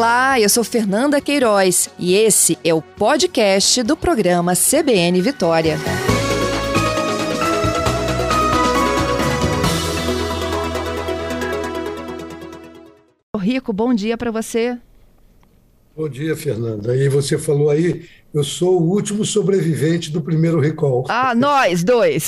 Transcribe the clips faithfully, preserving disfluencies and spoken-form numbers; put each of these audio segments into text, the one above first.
Olá, eu sou Fernanda Queiroz e esse é o podcast do programa C B N Vitória. Rico, bom dia para você. Bom dia, Fernanda. E você falou aí, eu sou o último sobrevivente do primeiro recall. Ah, nós dois.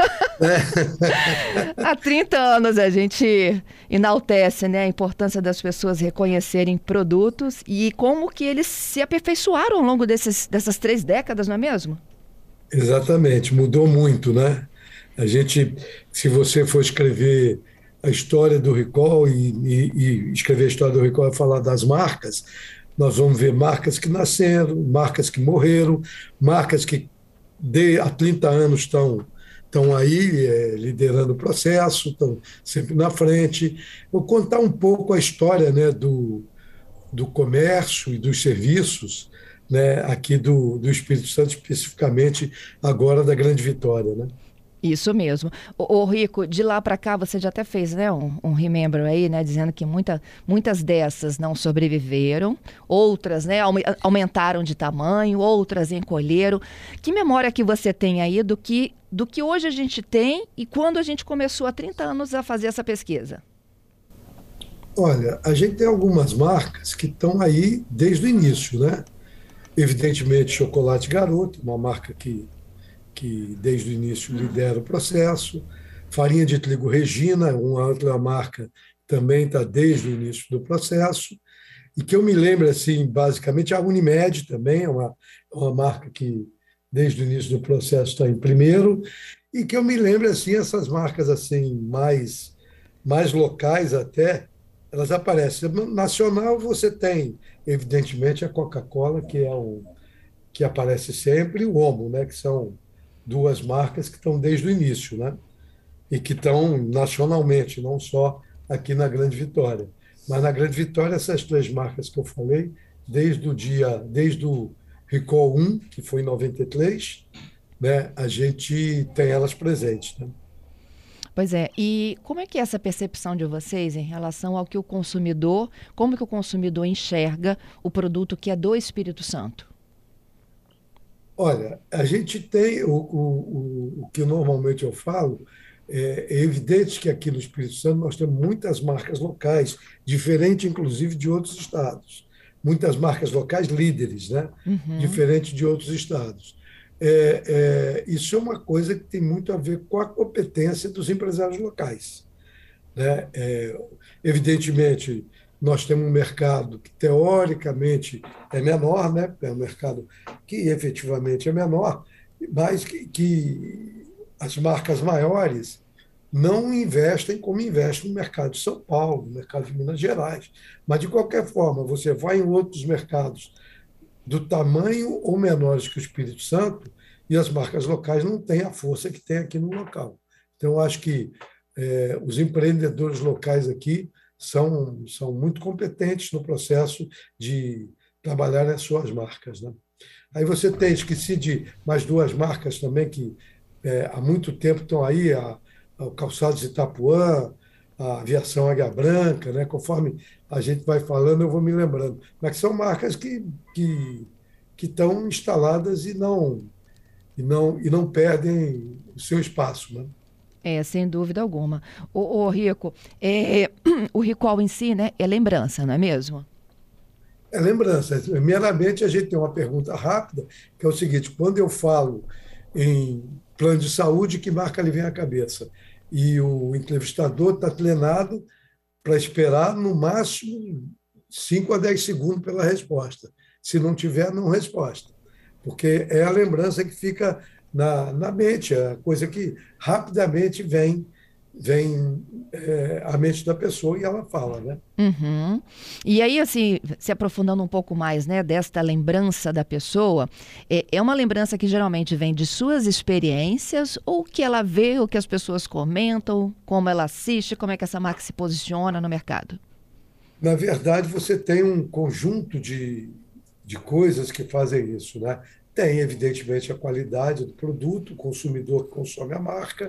É. Há trinta anos a gente enaltece, né, a importância das pessoas reconhecerem produtos e como que eles se aperfeiçoaram ao longo desses, dessas três décadas, não é mesmo? Exatamente, mudou muito, né? A gente, se você for escrever a história do recall e, e, e escrever a história do recall e falar das marcas, nós vamos ver marcas que nasceram, marcas que morreram, marcas que de, há trinta anos estão, estão aí é, liderando o processo, estão sempre na frente. Vou contar um pouco a história, né, do, do comércio e dos serviços, né, aqui do, do Espírito Santo, especificamente agora da Grande Vitória, né? Isso mesmo. Ô, ô, Rico, de lá para cá você já até fez, né, um, um remember aí, né, dizendo que muita, muitas dessas não sobreviveram, outras, né, aume- aumentaram de tamanho, outras encolheram. Que memória que você tem aí do que, do que hoje a gente tem e quando a gente começou há trinta anos a fazer essa pesquisa? Olha, a gente tem algumas marcas que estão aí desde o início, né? Evidentemente, Chocolate Garoto, uma marca que que desde o início lidera o processo. Farinha de trigo Regina, uma outra marca, também está desde o início do processo. E que eu me lembro, assim, basicamente, a Unimed também é uma, uma marca que desde o início do processo está em primeiro. E que eu me lembro, assim, essas marcas assim mais, mais locais até, elas aparecem. Nacional, você tem, evidentemente, a Coca-Cola, que é o que aparece sempre, e o Omo, né, que são duas marcas que estão desde o início, né? E que estão nacionalmente, não só aqui na Grande Vitória. Mas na Grande Vitória, essas três marcas que eu falei, desde o dia, desde o Recall um, que foi em noventa e três, né, a gente tem elas presentes, né? Pois é, e como é que é essa percepção de vocês em relação ao que o consumidor, como que o consumidor enxerga o produto que é do Espírito Santo? Olha, a gente tem o, o, o, o que normalmente eu falo, é, é evidente que aqui no Espírito Santo nós temos muitas marcas locais, diferente inclusive de outros estados. Muitas marcas locais líderes, né? Uhum. Diferente de outros estados. É, é, isso é uma coisa que tem muito a ver com a competência dos empresários locais, né? É, evidentemente, nós temos um mercado que, teoricamente, é menor, né? É um mercado que efetivamente é menor, mas que, que as marcas maiores não investem como investem no mercado de São Paulo, no mercado de Minas Gerais. Mas, de qualquer forma, você vai em outros mercados do tamanho ou menores que o Espírito Santo e as marcas locais não têm a força que tem aqui no local. Então, eu acho que eh, os empreendedores locais aqui são, são muito competentes no processo de trabalhar as suas marcas, né? Aí você tem, esqueci de mais duas marcas também que eh, há muito tempo estão aí, a, a, o Calçados Itapuã, a Aviação Águia Branca, né? Conforme a gente vai falando, eu vou me lembrando. Mas que são marcas que, que, que estão instaladas e não, e, não, e não perdem o seu espaço, né? É, sem dúvida alguma. O, o Rico, é, o ritual em si, né, é lembrança, não é mesmo? É lembrança. Primeiramente, a gente tem uma pergunta rápida, que é o seguinte: quando eu falo em plano de saúde, que marca lhe vem à cabeça? E o entrevistador está treinado para esperar no máximo cinco a dez segundos pela resposta. Se não tiver, não resposta. Porque é a lembrança que fica na, na mente, é a coisa que rapidamente vem, vem é, à mente da pessoa e ela fala, né? Uhum. E aí, assim, se aprofundando um pouco mais, né, desta lembrança da pessoa, é, é uma lembrança que geralmente vem de suas experiências ou que ela vê, o que as pessoas comentam, como ela assiste, como é que essa marca se posiciona no mercado? Na verdade, você tem um conjunto de, de coisas que fazem isso, né? Tem, evidentemente, a qualidade do produto, o consumidor que consome a marca,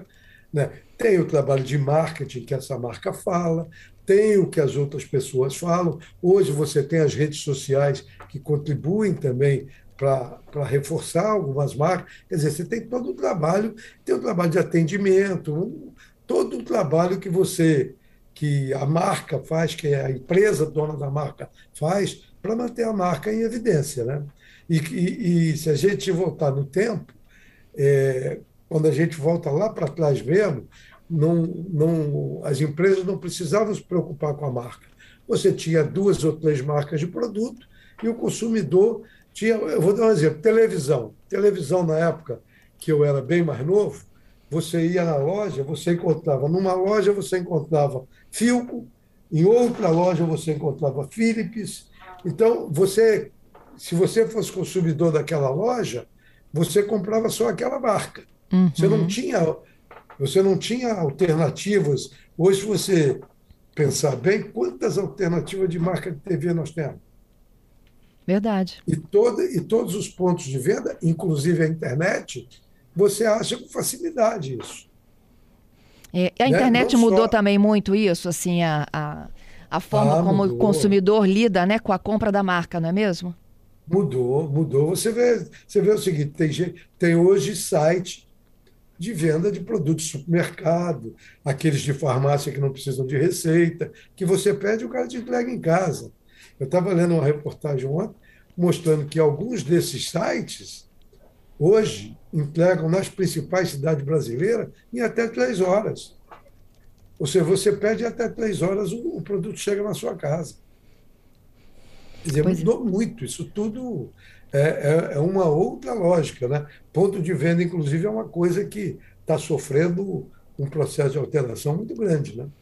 né? Tem o trabalho de marketing que essa marca fala, tem o que as outras pessoas falam. Hoje você tem as redes sociais que contribuem também para para reforçar algumas marcas. Quer dizer, você tem todo o trabalho, tem o trabalho de atendimento, um- todo o trabalho que você, que a marca faz, que a empresa dona da marca faz, para manter a marca em evidência, né? E, e, e se a gente voltar no tempo, é, quando a gente volta lá para trás mesmo, não, não, as empresas não precisavam se preocupar com a marca. Você tinha duas ou três marcas de produto e o consumidor tinha. Eu vou dar um exemplo: televisão. Televisão, na época que eu era bem mais novo, você ia na loja, você encontrava, numa loja você encontrava Philco, em outra loja você encontrava Philips. Então, você, se você fosse consumidor daquela loja, você comprava só aquela marca. Você não Uhum. tinha, você não tinha alternativas. Hoje, se você pensar bem, quantas alternativas de marca de T V nós temos? Verdade. E, toda, e todos os pontos de venda, inclusive a internet, você acha com facilidade isso. É, a Né? Não internet mudou só. também muito isso, assim, a, a, a forma Ah, como o mudou, consumidor lida, né, com a compra da marca, não é mesmo? mudou, mudou. Você vê, você vê o seguinte: tem, gente- tem hoje site de venda de produtos de supermercado, aqueles de farmácia que não precisam de receita, que você pede e o cara te entrega em casa. Eu estava lendo uma reportagem ontem mostrando que alguns desses sites hoje entregam nas principais cidades brasileiras em até três horas. Ou seja, você pede e até três horas o, o produto chega na sua casa. Quer dizer, Pois é. mudou muito. Isso tudo é, é, é uma outra lógica, né? Ponto de venda, inclusive, é uma coisa que está sofrendo um processo de alteração muito grande, né?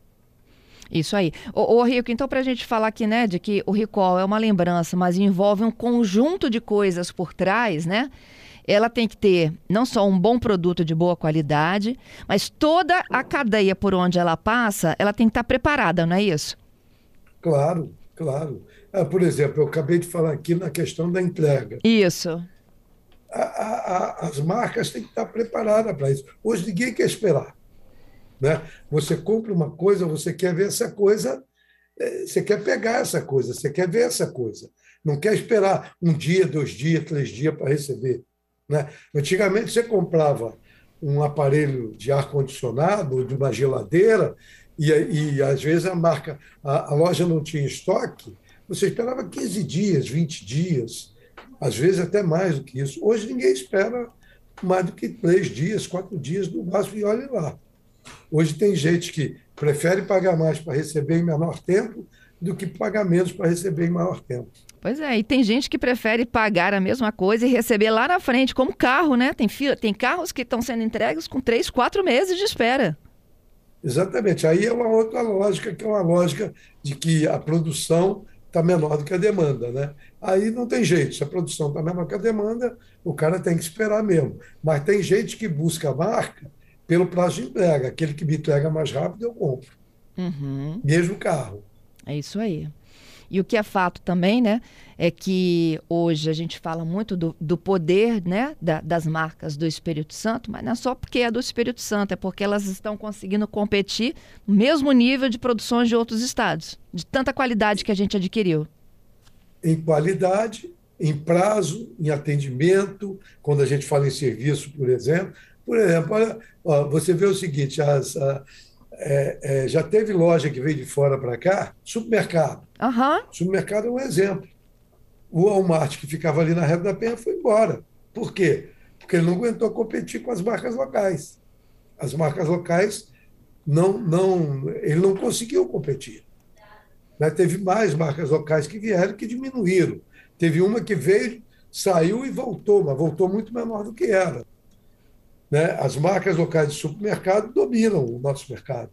Isso aí. Ô, ô Rico, então para a gente falar aqui, né, de que o recall é uma lembrança, mas envolve um conjunto de coisas por trás, né? Ela tem que ter não só um bom produto de boa qualidade, mas toda a cadeia por onde ela passa, ela tem que estar preparada, não é isso? Claro, claro. Ah, por exemplo, eu acabei de falar aqui na questão da entrega. Isso. A- a- a- as marcas têm que estar preparadas para isso. Hoje ninguém quer esperar, né? Você compra uma coisa, você quer ver essa coisa, eh, você quer pegar essa coisa, você quer ver essa coisa. Não quer esperar um dia, dois dias, três dias para receber, né? Antigamente você comprava um aparelho de ar-condicionado ou de uma geladeira e, e às vezes a marca, a, a loja não tinha estoque, você esperava quinze dias, vinte dias, às vezes até mais do que isso. Hoje ninguém espera mais do que três dias, quatro dias no máximo e olhe lá. Hoje tem gente que prefere pagar mais para receber em menor tempo do que pagar menos para receber em maior tempo. Pois é, e tem gente que prefere pagar a mesma coisa e receber lá na frente, como carro, né? Tem, fila, tem carros que estão sendo entregues com três, quatro meses de espera. Exatamente. Aí é uma outra lógica, que é uma lógica de que a produção está menor do que a demanda, né? Aí não tem jeito. Se a produção está menor que a demanda, o cara tem que esperar mesmo. Mas tem gente que busca a marca pelo prazo de entrega. Aquele que me entrega mais rápido, eu compro. Uhum, Mesmo carro. é isso aí. E o que é fato também, né, é que hoje a gente fala muito do, do poder, né, da- das marcas do Espírito Santo, mas não é só porque é do Espírito Santo, é porque elas estão conseguindo competir no mesmo nível de produções de outros estados, de tanta qualidade que a gente adquiriu. Em qualidade, em prazo, em atendimento, quando a gente fala em serviço, por exemplo. Por exemplo, olha, ó, você vê o seguinte: as, a- é, é, já teve loja que veio de fora para cá, supermercado. Aham, Supermercado é um exemplo. O Walmart, que ficava ali na Rua da Penha, foi embora. Por quê? Porque ele não aguentou competir com as marcas locais. As marcas locais não, não, ele não conseguiu competir, né? Teve mais marcas locais que vieram que diminuíram. Teve uma que veio, saiu e voltou, mas voltou muito menor do que era, né? As marcas locais de supermercado dominam o nosso mercado.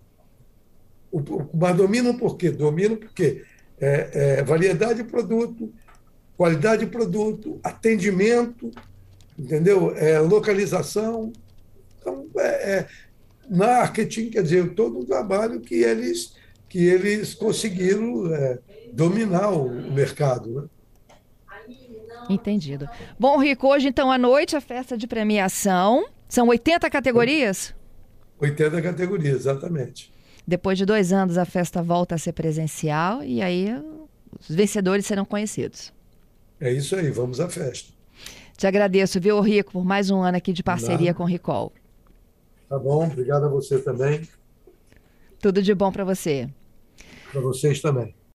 O, mas dominam por quê? Dominam porque é, é, variedade de produto, qualidade de produto, atendimento, entendeu? É, localização. Então, é, é, marketing, quer dizer, todo um trabalho que eles, que eles conseguiram é, dominar o, o mercado, né? entendido. Bom, Rico, hoje então à noite a festa de premiação. São oitenta categorias? oitenta categorias, exatamente. Depois de dois anos, a festa volta a ser presencial e aí os vencedores serão conhecidos. É isso aí, vamos à festa. Te agradeço, viu, Rico, por mais um ano aqui de parceria Nada. com o Recall. Tá bom, obrigado a você também, Tudo de bom para você. para vocês também.